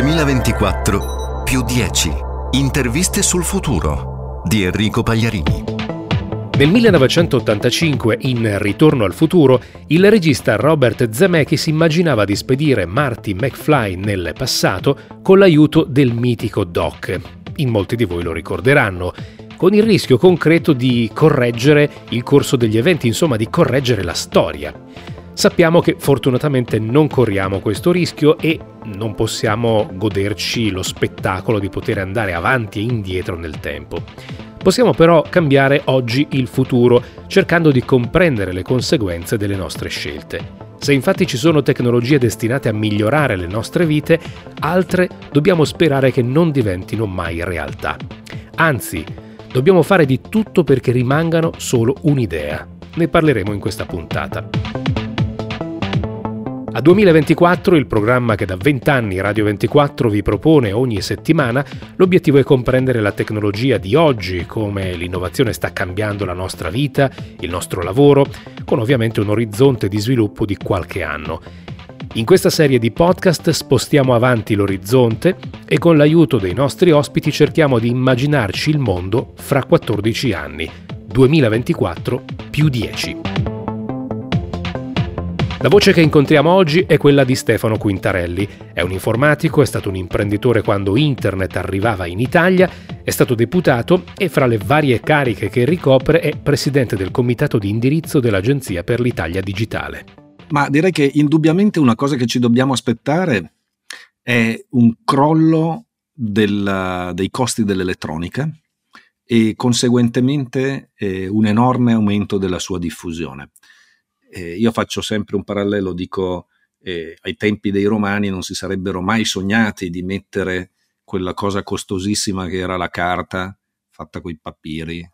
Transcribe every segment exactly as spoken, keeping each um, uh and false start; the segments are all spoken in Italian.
duemilaventiquattro più dieci. Interviste sul futuro di Enrico Pagliarini. Nel millenovecentottantacinque, in Ritorno al futuro, il regista Robert Zemeckis immaginava di spedire Marty McFly nel passato con l'aiuto del mitico Doc. In molti di voi lo ricorderanno, con il rischio concreto di correggere il corso degli eventi, insomma di correggere la storia. Sappiamo che fortunatamente non corriamo questo rischio e non possiamo goderci lo spettacolo di poter andare avanti e indietro nel tempo. Possiamo però cambiare oggi il futuro, cercando di comprendere le conseguenze delle nostre scelte. Se infatti ci sono tecnologie destinate a migliorare le nostre vite, altre dobbiamo sperare che non diventino mai realtà. Anzi, dobbiamo fare di tutto perché rimangano solo un'idea. Ne parleremo in questa puntata. A duemilaventiquattro, il programma che da vent'anni Radio ventiquattro vi propone ogni settimana, l'obiettivo è comprendere la tecnologia di oggi, come l'innovazione sta cambiando la nostra vita, il nostro lavoro, con ovviamente un orizzonte di sviluppo di qualche anno. In questa serie di podcast spostiamo avanti l'orizzonte e con l'aiuto dei nostri ospiti cerchiamo di immaginarci il mondo fra quattordici anni, duemilaventiquattro più dieci. La voce che incontriamo oggi è quella di Stefano Quintarelli. È un informatico, è stato un imprenditore quando internet arrivava in Italia, è stato deputato e fra le varie cariche che ricopre è presidente del comitato di indirizzo dell'Agenzia per l'Italia Digitale. Ma direi che indubbiamente una cosa che ci dobbiamo aspettare è un crollo del, dei costi dell'elettronica e conseguentemente eh, un enorme aumento della sua diffusione. Eh, io faccio sempre un parallelo, dico eh, ai tempi dei Romani non si sarebbero mai sognati di mettere quella cosa costosissima che era la carta fatta coi papiri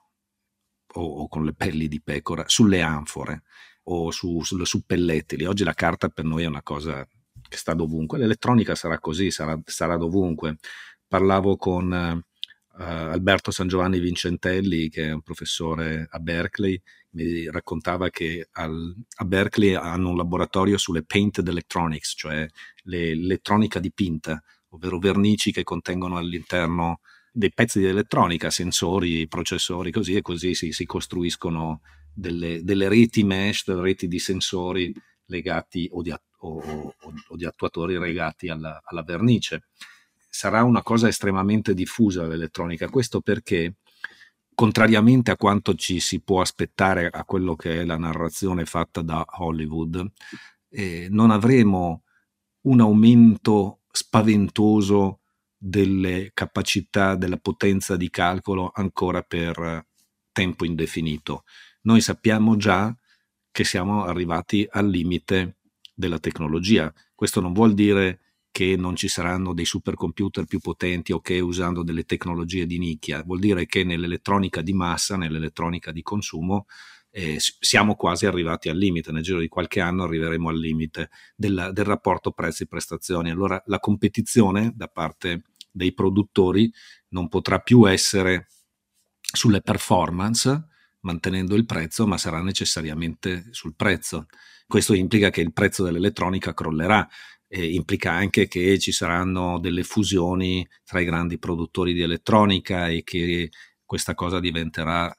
o, o con le pelli di pecora sulle anfore o su, su, su pelletili. Oggi la carta per noi è una cosa che sta dovunque, l'elettronica sarà così, sarà, sarà dovunque. Parlavo con uh, Alberto San Giovanni Vincentelli, che è un professore a Berkeley, mi raccontava che al, a Berkeley hanno un laboratorio sulle painted electronics, cioè le, l'elettronica dipinta, ovvero vernici che contengono all'interno dei pezzi di elettronica, sensori, processori, così e così si, si costruiscono delle, delle reti mesh, delle reti di sensori legati o di, o, o, o di attuatori legati alla, alla vernice. Sarà una cosa estremamente diffusa l'elettronica, questo perché contrariamente a quanto ci si può aspettare a quello che è la narrazione fatta da Hollywood, eh, non avremo un aumento spaventoso delle capacità, della potenza di calcolo ancora per tempo indefinito. Noi sappiamo già che siamo arrivati al limite della tecnologia. Questo non vuol dire che non ci saranno dei supercomputer più potenti o che usando delle tecnologie di nicchia, vuol dire che nell'elettronica di massa, nell'elettronica di consumo, eh, siamo quasi arrivati al limite. Nel giro di qualche anno arriveremo al limite del, del rapporto prezzi-prestazioni. Allora la competizione da parte dei produttori non potrà più essere sulle performance, mantenendo il prezzo, ma sarà necessariamente sul prezzo. Questo implica che il prezzo dell'elettronica crollerà. Eh, implica anche che ci saranno delle fusioni tra i grandi produttori di elettronica e che questa cosa diventerà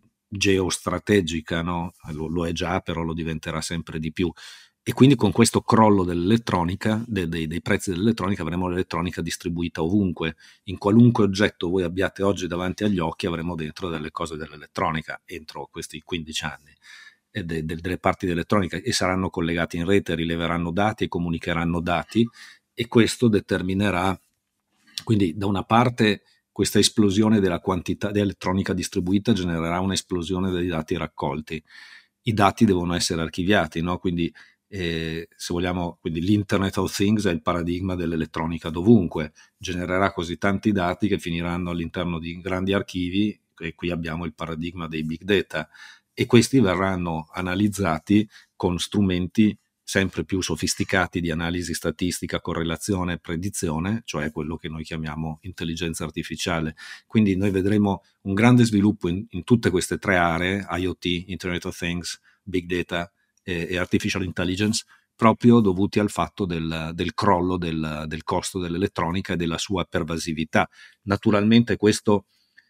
geostrategica, no? Lo, lo è già, però lo diventerà sempre di più. E quindi con questo crollo dell'elettronica, de, de, dei prezzi dell'elettronica, avremo l'elettronica distribuita ovunque. In qualunque oggetto voi abbiate oggi davanti agli occhi avremo dentro delle cose dell'elettronica entro questi quindici anni. De, de, delle parti dell'elettronica e saranno collegati in rete, rileveranno dati e comunicheranno dati, e questo determinerà quindi da una parte questa esplosione della quantità di elettronica distribuita genererà un'esplosione dei dati raccolti. I dati devono essere archiviati, no? Quindi eh, se vogliamo, quindi l'Internet of Things è il paradigma dell'elettronica dovunque, genererà così tanti dati che finiranno all'interno di grandi archivi, e qui abbiamo il paradigma dei big data, e questi verranno analizzati con strumenti sempre più sofisticati di analisi statistica, correlazione e predizione, cioè quello che noi chiamiamo intelligenza artificiale. Quindi noi vedremo un grande sviluppo in, in tutte queste tre aree, IoT, Internet of Things, Big Data e, e Artificial Intelligence, proprio dovuti al fatto del, del crollo del, del costo dell'elettronica e della sua pervasività. Naturalmente questo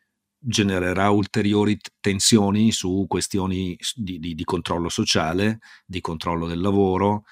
genererà ulteriori tensioni su questioni di, di, di controllo sociale, di controllo del lavoro,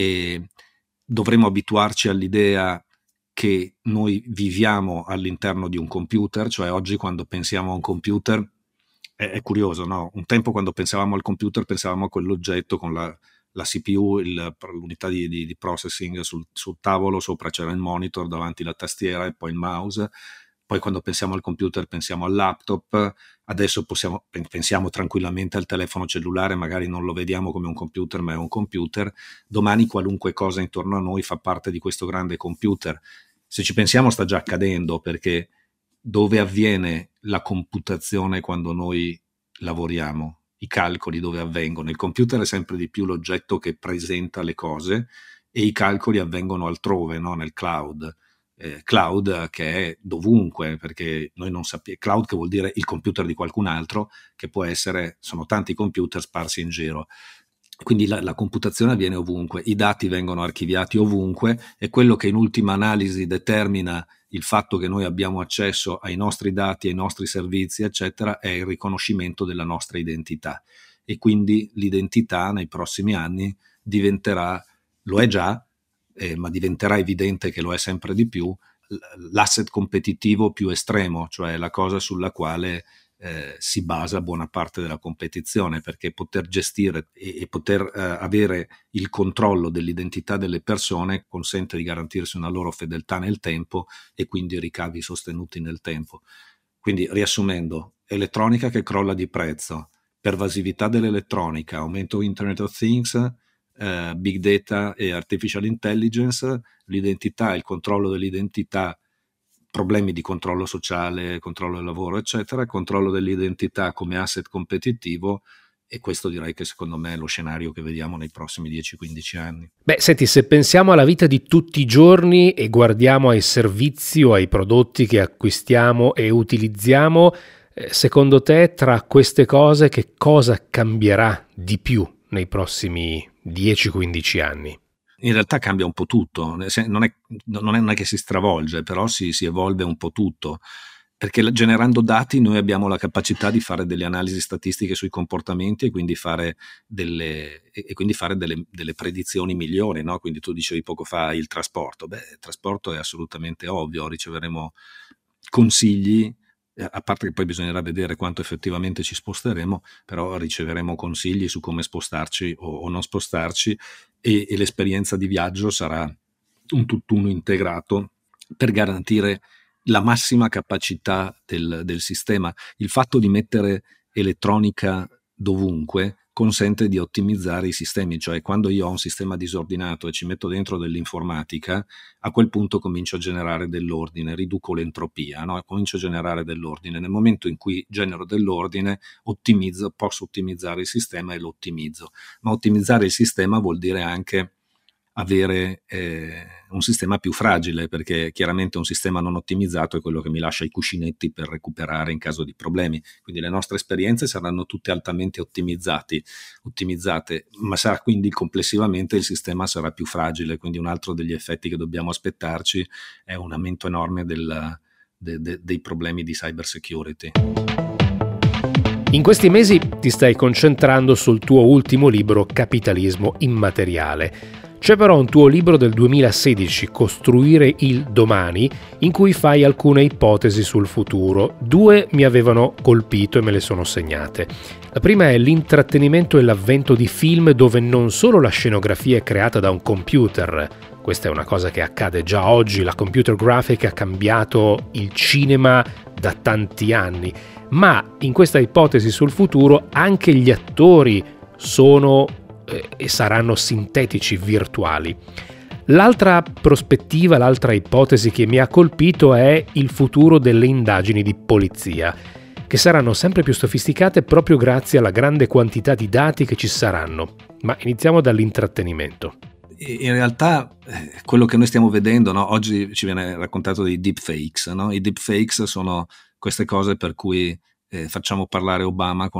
e dovremo abituarci all'idea che noi viviamo all'interno di un computer, cioè oggi quando pensiamo a un computer è, è curioso, no? Un tempo quando pensavamo al computer pensavamo a quell'oggetto con la, la C P U, il, l'unità di, di, di processing sul, sul tavolo, sopra c'era il monitor, davanti la tastiera e poi il mouse. Poi quando pensiamo al computer pensiamo al laptop, adesso possiamo, pensiamo tranquillamente al telefono cellulare, magari non lo vediamo come un computer ma è un computer. Domani qualunque cosa intorno a noi fa parte di questo grande computer. Se ci pensiamo sta già accadendo, perché dove avviene la computazione quando noi lavoriamo? I calcoli dove avvengono? Il computer è sempre di più l'oggetto che presenta le cose e i calcoli avvengono altrove, no? Nel cloud. Eh, cloud che è dovunque, perché noi non sappiamo, cloud che vuol dire il computer di qualcun altro, che può essere, sono tanti computer sparsi in giro, quindi la, la computazione avviene ovunque, i dati vengono archiviati ovunque, e quello che in ultima analisi determina il fatto che noi abbiamo accesso ai nostri dati, ai nostri servizi eccetera, è il riconoscimento della nostra identità, e quindi l'identità nei prossimi anni diventerà, lo è già, Eh, ma diventerà evidente che lo è sempre di più, l'asset competitivo più estremo, cioè la cosa sulla quale eh, si basa buona parte della competizione, perché poter gestire e, e poter eh, avere il controllo dell'identità delle persone consente di garantirsi una loro fedeltà nel tempo e quindi ricavi sostenuti nel tempo. Quindi, riassumendo, elettronica che crolla di prezzo, pervasività dell'elettronica, aumento Internet of Things, Uh, big data e artificial intelligence, l'identità, il controllo dell'identità, problemi di controllo sociale, controllo del lavoro eccetera, controllo dell'identità come asset competitivo, e questo direi che secondo me è lo scenario che vediamo nei prossimi dieci quindici anni. Beh, senti, se pensiamo alla vita di tutti i giorni e guardiamo ai servizi o ai prodotti che acquistiamo e utilizziamo, eh, secondo te tra queste cose che cosa cambierà di più nei prossimi dieci quindici anni? In realtà cambia un po' tutto, non è, non è, non è che si stravolge, però si, si evolve un po' tutto, perché generando dati noi abbiamo la capacità di fare delle analisi statistiche sui comportamenti e quindi fare delle, e quindi fare delle, delle predizioni migliori, no? Quindi tu dicevi poco fa il trasporto, beh, il trasporto è assolutamente ovvio, riceveremo consigli, a parte che poi bisognerà vedere quanto effettivamente ci sposteremo, però riceveremo consigli su come spostarci o, o non spostarci, e, e l'esperienza di viaggio sarà un tutt'uno integrato per garantire la massima capacità del, del sistema. Il fatto di mettere elettronica dovunque consente di ottimizzare i sistemi, cioè quando io ho un sistema disordinato e ci metto dentro dell'informatica, a quel punto comincio a generare dell'ordine, riduco l'entropia, no? Comincio a generare dell'ordine. Nel momento in cui genero dell'ordine, ottimizzo, posso ottimizzare il sistema e lo ottimizzo. Ma ottimizzare il sistema vuol dire anche avere eh, un sistema più fragile, perché chiaramente un sistema non ottimizzato è quello che mi lascia i cuscinetti per recuperare in caso di problemi. Quindi le nostre esperienze saranno tutte altamente ottimizzati, ottimizzate, ma sarà quindi complessivamente il sistema sarà più fragile, quindi un altro degli effetti che dobbiamo aspettarci è un aumento enorme del, de, de, dei problemi di cyber security. In questi mesi ti stai concentrando sul tuo ultimo libro, Capitalismo immateriale. C'è però un tuo libro del duemilasedici, Costruire il domani, in cui fai alcune ipotesi sul futuro. Due mi avevano colpito e me le sono segnate. La prima è l'intrattenimento e l'avvento di film dove non solo la scenografia è creata da un computer, questa è una cosa che accade già oggi, la computer graphic ha cambiato il cinema da tanti anni, ma in questa ipotesi sul futuro anche gli attori sono e saranno sintetici, virtuali. L'altra prospettiva, l'altra ipotesi che mi ha colpito è il futuro delle indagini di polizia, che saranno sempre più sofisticate proprio grazie alla grande quantità di dati che ci saranno. Ma iniziamo dall'intrattenimento. In realtà eh, quello che noi stiamo vedendo, no? Oggi ci viene raccontato dei deepfakes, no? I deepfakes sono queste cose per cui eh, facciamo parlare Obama con la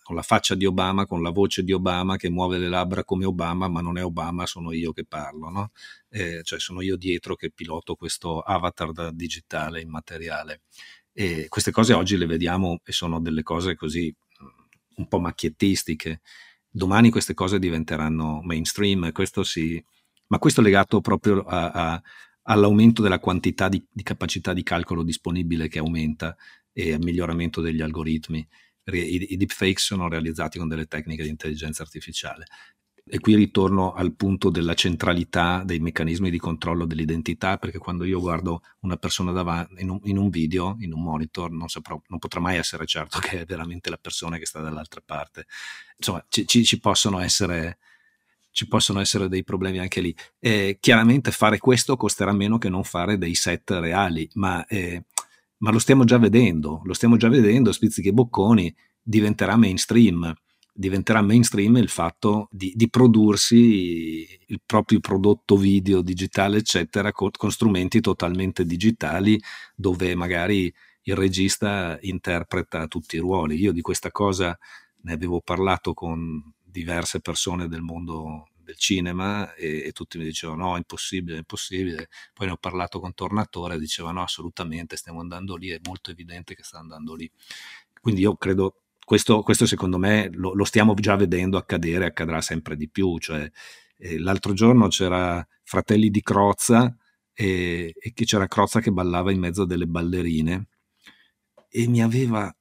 con la faccia di Obama, con la voce di Obama, che muove le labbra come Obama, ma non è Obama, sono io che parlo, no? Eh, cioè sono io dietro che piloto questo avatar da digitale immateriale. E queste cose oggi le vediamo e sono delle cose così un po' macchiettistiche. Domani queste cose diventeranno mainstream, questo sì, ma questo è legato proprio a, a, all'aumento della quantità di, di capacità di calcolo disponibile che aumenta e al miglioramento degli algoritmi. I, i deepfake sono realizzati con delle tecniche di intelligenza artificiale. E qui ritorno al punto della centralità dei meccanismi di controllo dell'identità, perché quando io guardo una persona davanti in un, in un video, in un monitor, non saprò, non potrà mai essere certo che è veramente la persona che sta dall'altra parte. Insomma, ci, ci, ci possono essere ci possono essere dei problemi anche lì. Eh, chiaramente fare questo costerà meno che non fare dei set reali, ma eh, ma lo stiamo già vedendo, lo stiamo già vedendo, spizzichi e bocconi, diventerà mainstream, diventerà mainstream il fatto di, di prodursi il proprio prodotto video digitale, eccetera, con, con strumenti totalmente digitali, dove magari il regista interpreta tutti i ruoli. Io di questa cosa ne avevo parlato con diverse persone del mondo del cinema e, e tutti mi dicevano no, è impossibile, è impossibile. Poi ne ho parlato con Tornatore e diceva no, assolutamente, stiamo andando lì, è molto evidente che sta andando lì. Quindi io credo, questo, questo secondo me lo, lo stiamo già vedendo accadere, accadrà sempre di più. Cioè, eh, l'altro giorno c'era Fratelli di Crozza e, e che c'era Crozza che ballava in mezzo a delle ballerine e mi aveva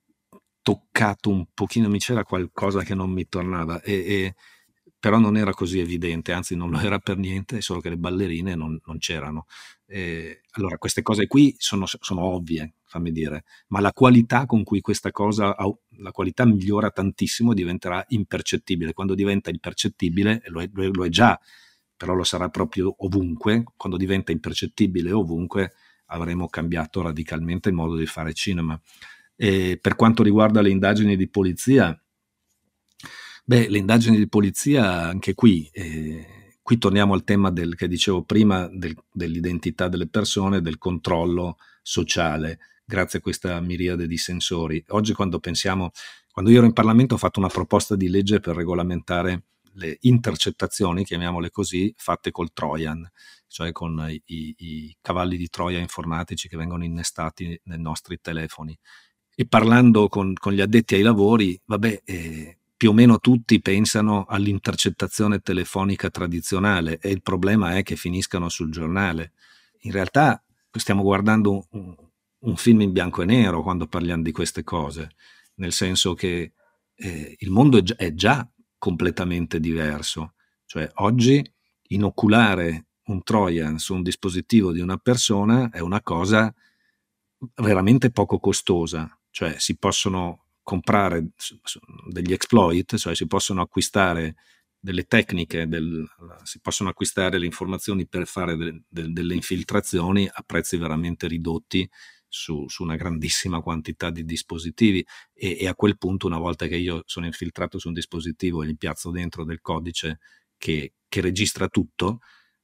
toccato un pochino, mi c'era qualcosa che non mi tornava e, e però non era così evidente, anzi non lo era per niente, solo che le ballerine non, non c'erano. Eh, allora queste cose qui sono, sono ovvie, fammi dire, ma la qualità con cui questa cosa, la qualità migliora tantissimo e diventerà impercettibile. Quando diventa impercettibile, lo è, lo è già, però lo sarà proprio ovunque, quando diventa impercettibile ovunque avremo cambiato radicalmente il modo di fare cinema. E per quanto riguarda le indagini di polizia, beh, le indagini di polizia anche qui, eh, qui torniamo al tema del, che dicevo prima del, dell'identità delle persone, del controllo sociale, grazie a questa miriade di sensori. Oggi quando pensiamo, quando io ero in Parlamento ho fatto una proposta di legge per regolamentare le intercettazioni, chiamiamole così, fatte col Trojan, cioè con i, i, i cavalli di Troia informatici che vengono innestati nei nostri telefoni. E parlando con, con gli addetti ai lavori, vabbè, eh, più o meno tutti pensano all'intercettazione telefonica tradizionale e il problema è che finiscano sul giornale. In realtà stiamo guardando un, un film in bianco e nero quando parliamo di queste cose, nel senso che eh, il mondo è già, è già completamente diverso. Cioè oggi inoculare un Trojan su un dispositivo di una persona è una cosa veramente poco costosa, cioè si possono comprare degli exploit, cioè si possono acquistare delle tecniche, del, si possono acquistare le informazioni per fare de, de, delle infiltrazioni a prezzi veramente ridotti su, su una grandissima quantità di dispositivi e, e a quel punto, una volta che io sono infiltrato su un dispositivo e gli piazzo dentro del codice che, che registra tutto,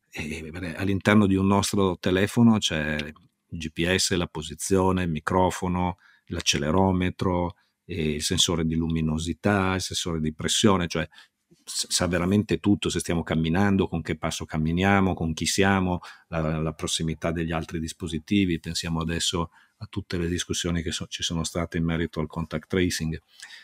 e, beh, all'interno di un nostro telefono c'è il G P S, la posizione, il microfono, l'accelerometro, il sensore di luminosità, il sensore di pressione, cioè sa veramente tutto, se stiamo camminando, con che passo camminiamo, con chi siamo, la, la prossimità degli altri dispositivi. Pensiamo adesso a tutte le discussioni che so, ci sono state in merito al contact tracing.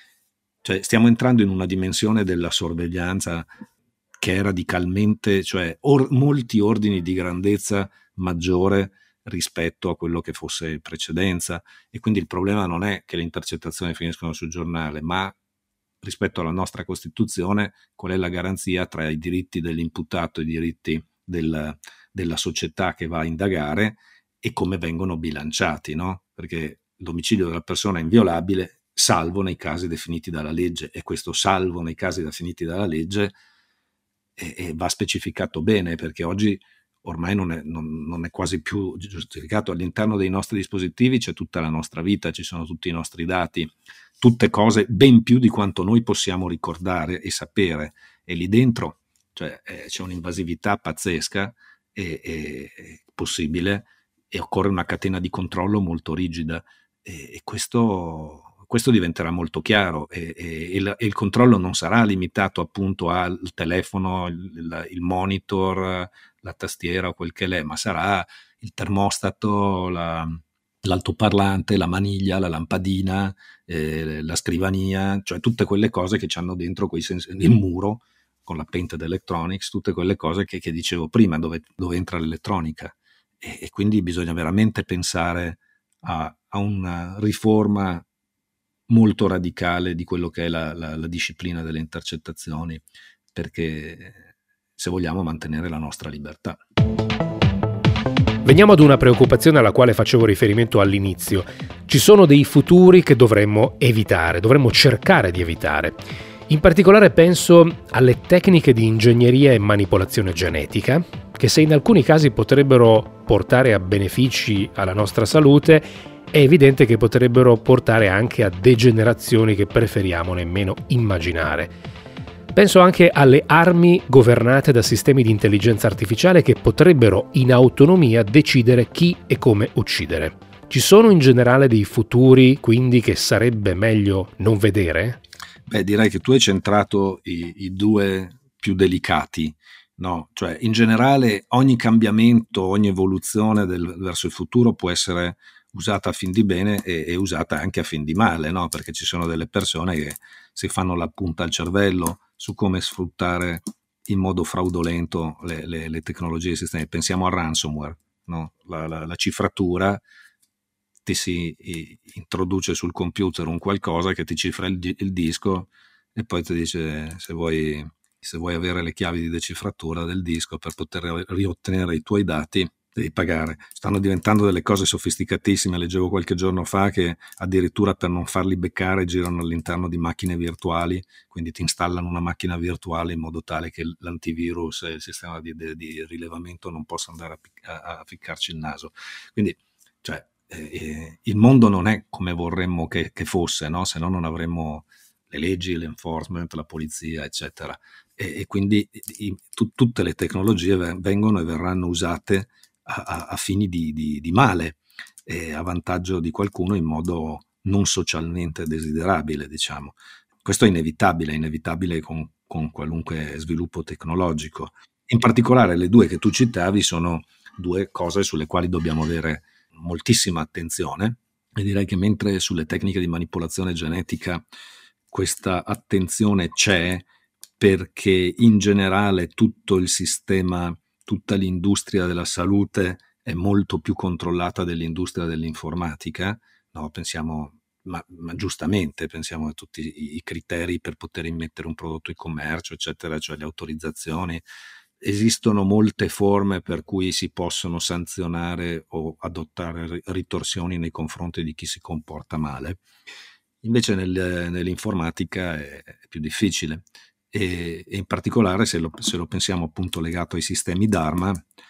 Cioè stiamo entrando in una dimensione della sorveglianza che è radicalmente, cioè or, molti ordini di grandezza maggiore rispetto a quello che fosse in precedenza, e quindi il problema non è che le intercettazioni finiscono sul giornale, ma rispetto alla nostra Costituzione qual è la garanzia tra i diritti dell'imputato e i diritti del, della società che va a indagare e come vengono bilanciati, no? Perché il domicilio della persona è inviolabile salvo nei casi definiti dalla legge, e questo salvo nei casi definiti dalla legge e, e va specificato bene, perché oggi ormai non è, non, non è quasi più giustificato. All'interno dei nostri dispositivi c'è tutta la nostra vita, ci sono tutti i nostri dati, tutte cose ben più di quanto noi possiamo ricordare e sapere, e lì dentro cioè, eh, c'è un'invasività pazzesca e, e, e possibile, e occorre una catena di controllo molto rigida, e, e questo questo diventerà molto chiaro e, e, e, il, e il controllo non sarà limitato appunto al telefono, il, il monitor, la tastiera o quel che l'è, ma sarà il termostato, la, l'altoparlante, la maniglia, la lampadina, eh, la scrivania, cioè tutte quelle cose che hanno dentro quei sens- il muro con la Painted Electronics, tutte quelle cose che, che dicevo prima, dove, dove entra l'elettronica. E, e quindi bisogna veramente pensare a, a una riforma molto radicale di quello che è la, la, la disciplina delle intercettazioni, perché se vogliamo mantenere la nostra libertà. Veniamo ad una preoccupazione alla quale facevo riferimento all'inizio. Ci sono dei futuri che dovremmo evitare, dovremmo cercare di evitare. In particolare penso alle tecniche di ingegneria e manipolazione genetica, che se in alcuni casi potrebbero portare a benefici alla nostra salute, è evidente che potrebbero portare anche a degenerazioni che preferiamo nemmeno immaginare. Penso anche alle armi governate da sistemi di intelligenza artificiale che potrebbero in autonomia decidere chi e come uccidere. Ci sono in generale dei futuri, quindi, che sarebbe meglio non vedere? Beh, direi che tu hai centrato i, i due più delicati, no? Cioè, in generale, ogni cambiamento, ogni evoluzione del, verso il futuro può essere usata a fin di bene e, e usata anche a fin di male, no? Perché ci sono delle persone che si fanno la punta al cervello su come sfruttare in modo fraudolento le, le, le tecnologie e i sistemi. Pensiamo al ransomware, no? la, la, la cifratura, ti si i, introduce sul computer un qualcosa che ti cifra il, il disco e poi ti dice se vuoi, se vuoi avere le chiavi di decifratura del disco per poter riottenere i tuoi dati devi pagare. Stanno diventando delle cose sofisticatissime. Leggevo qualche giorno fa che addirittura per non farli beccare girano all'interno di macchine virtuali, quindi ti installano una macchina virtuale in modo tale che l'antivirus e il sistema di, di, di rilevamento non possa andare a, a, a ficcarci il naso. Quindi, cioè, eh, il mondo non è come vorremmo che, che fosse, no? Se no non avremmo le leggi, l'enforcement, la polizia, eccetera. E, e quindi i, tu, tutte le tecnologie vengono e verranno usate A, a, a fini di, di, di male e a vantaggio di qualcuno in modo non socialmente desiderabile, diciamo. Questo è inevitabile, è inevitabile con, con qualunque sviluppo tecnologico. In particolare le due che tu citavi sono due cose sulle quali dobbiamo avere moltissima attenzione e direi che mentre sulle tecniche di manipolazione genetica questa attenzione c'è perché in generale tutto il sistema tutta l'industria della salute è molto più controllata dell'industria dell'informatica, no? Pensiamo, ma, ma giustamente, pensiamo a tutti i, i criteri per poter immettere un prodotto in commercio, eccetera, cioè le autorizzazioni. Esistono molte forme per cui si possono sanzionare o adottare ritorsioni nei confronti di chi si comporta male. Invece nel, nell'informatica è, è più difficile. E, e in particolare se lo, se lo pensiamo appunto legato ai sistemi d'arma,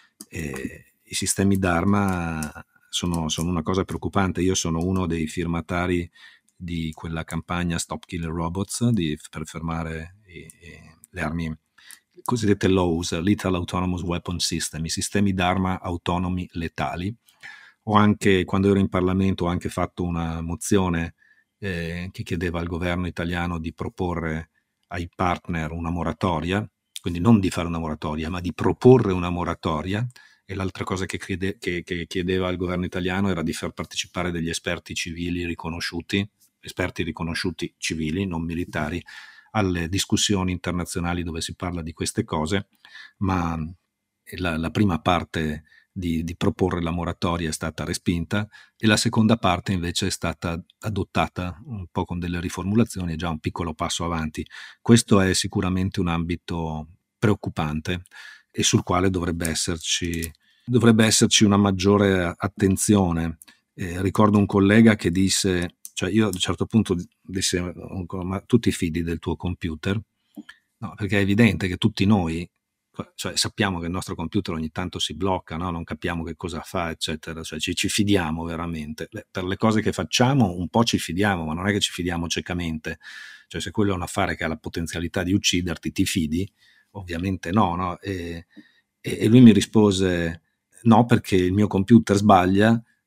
eh, i sistemi d'arma sono, sono una cosa preoccupante. Io sono uno dei firmatari di quella campagna Stop Killer Robots di, per fermare i, i, le armi cosiddette L A W S, Lethal Autonomous Weapon System, i sistemi d'arma autonomi letali. Ho anche, quando ero in Parlamento, ho anche fatto una mozione eh, che chiedeva al governo italiano di proporre ai partner una moratoria, quindi non di fare una moratoria, ma di proporre una moratoria. E l'altra cosa che, chiede, che, che chiedeva al governo italiano era di far partecipare degli esperti civili riconosciuti, esperti riconosciuti civili, non militari, alle discussioni internazionali dove si parla di queste cose, ma la, la prima parte di, di proporre la moratoria è stata respinta e la seconda parte invece è stata adottata un po' con delle riformulazioni, è già un piccolo passo avanti. Questo è sicuramente un ambito preoccupante e sul quale dovrebbe esserci, dovrebbe esserci una maggiore attenzione. Eh, ricordo un collega che disse, cioè io a un certo punto dissi, ma tu ti fidi del tuo computer? No, perché è evidente che tutti noi, cioè sappiamo che il nostro computer ogni tanto si blocca, no? Non capiamo che cosa fa, eccetera, cioè ci, ci fidiamo veramente. Per le cose che facciamo un po' ci fidiamo, ma non è che ci fidiamo ciecamente. Cioè se quello è un affare che ha la potenzialità di ucciderti, ti fidi? Ovviamente no, no? E, e lui mi rispose no, perché il mio computer sbaglia,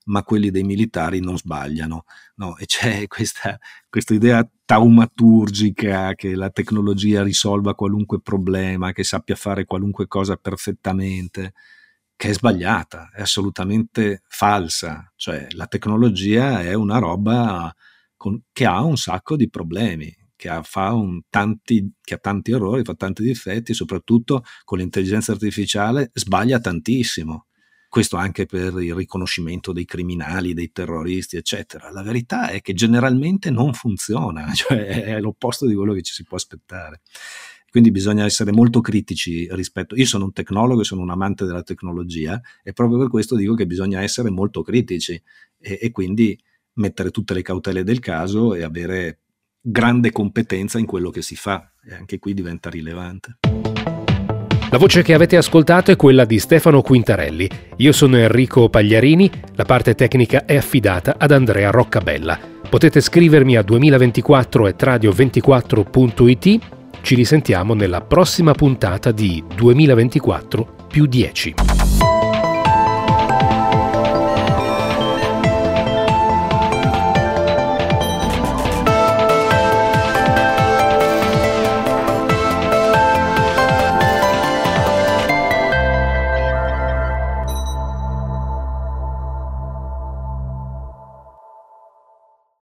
ma quelli dei militari non sbagliano, no? E c'è questa, questa idea taumaturgica che la tecnologia risolva qualunque problema, che sappia fare qualunque cosa perfettamente, che è sbagliata, è assolutamente falsa. Cioè la tecnologia è una roba con, che ha un sacco di problemi, che ha, fa un, tanti, che ha tanti errori, fa tanti difetti, soprattutto con l'intelligenza artificiale sbaglia tantissimo. Questo anche per il riconoscimento dei criminali, dei terroristi, eccetera. La verità è che generalmente non funziona, cioè è l'opposto di quello che ci si può aspettare. Quindi bisogna essere molto critici rispetto. Io sono un tecnologo e sono un amante della tecnologia e proprio per questo dico che bisogna essere molto critici e, e quindi mettere tutte le cautele del caso e avere grande competenza in quello che si fa, e anche qui diventa rilevante. La voce che avete ascoltato è quella di Stefano Quintarelli. Io sono Enrico Pagliarini, la parte tecnica è affidata ad Andrea Roccabella. Potete scrivermi a duemilaventiquattro at radio ventiquattro punto it. Ci risentiamo nella prossima puntata di duemilaventiquattro più dieci.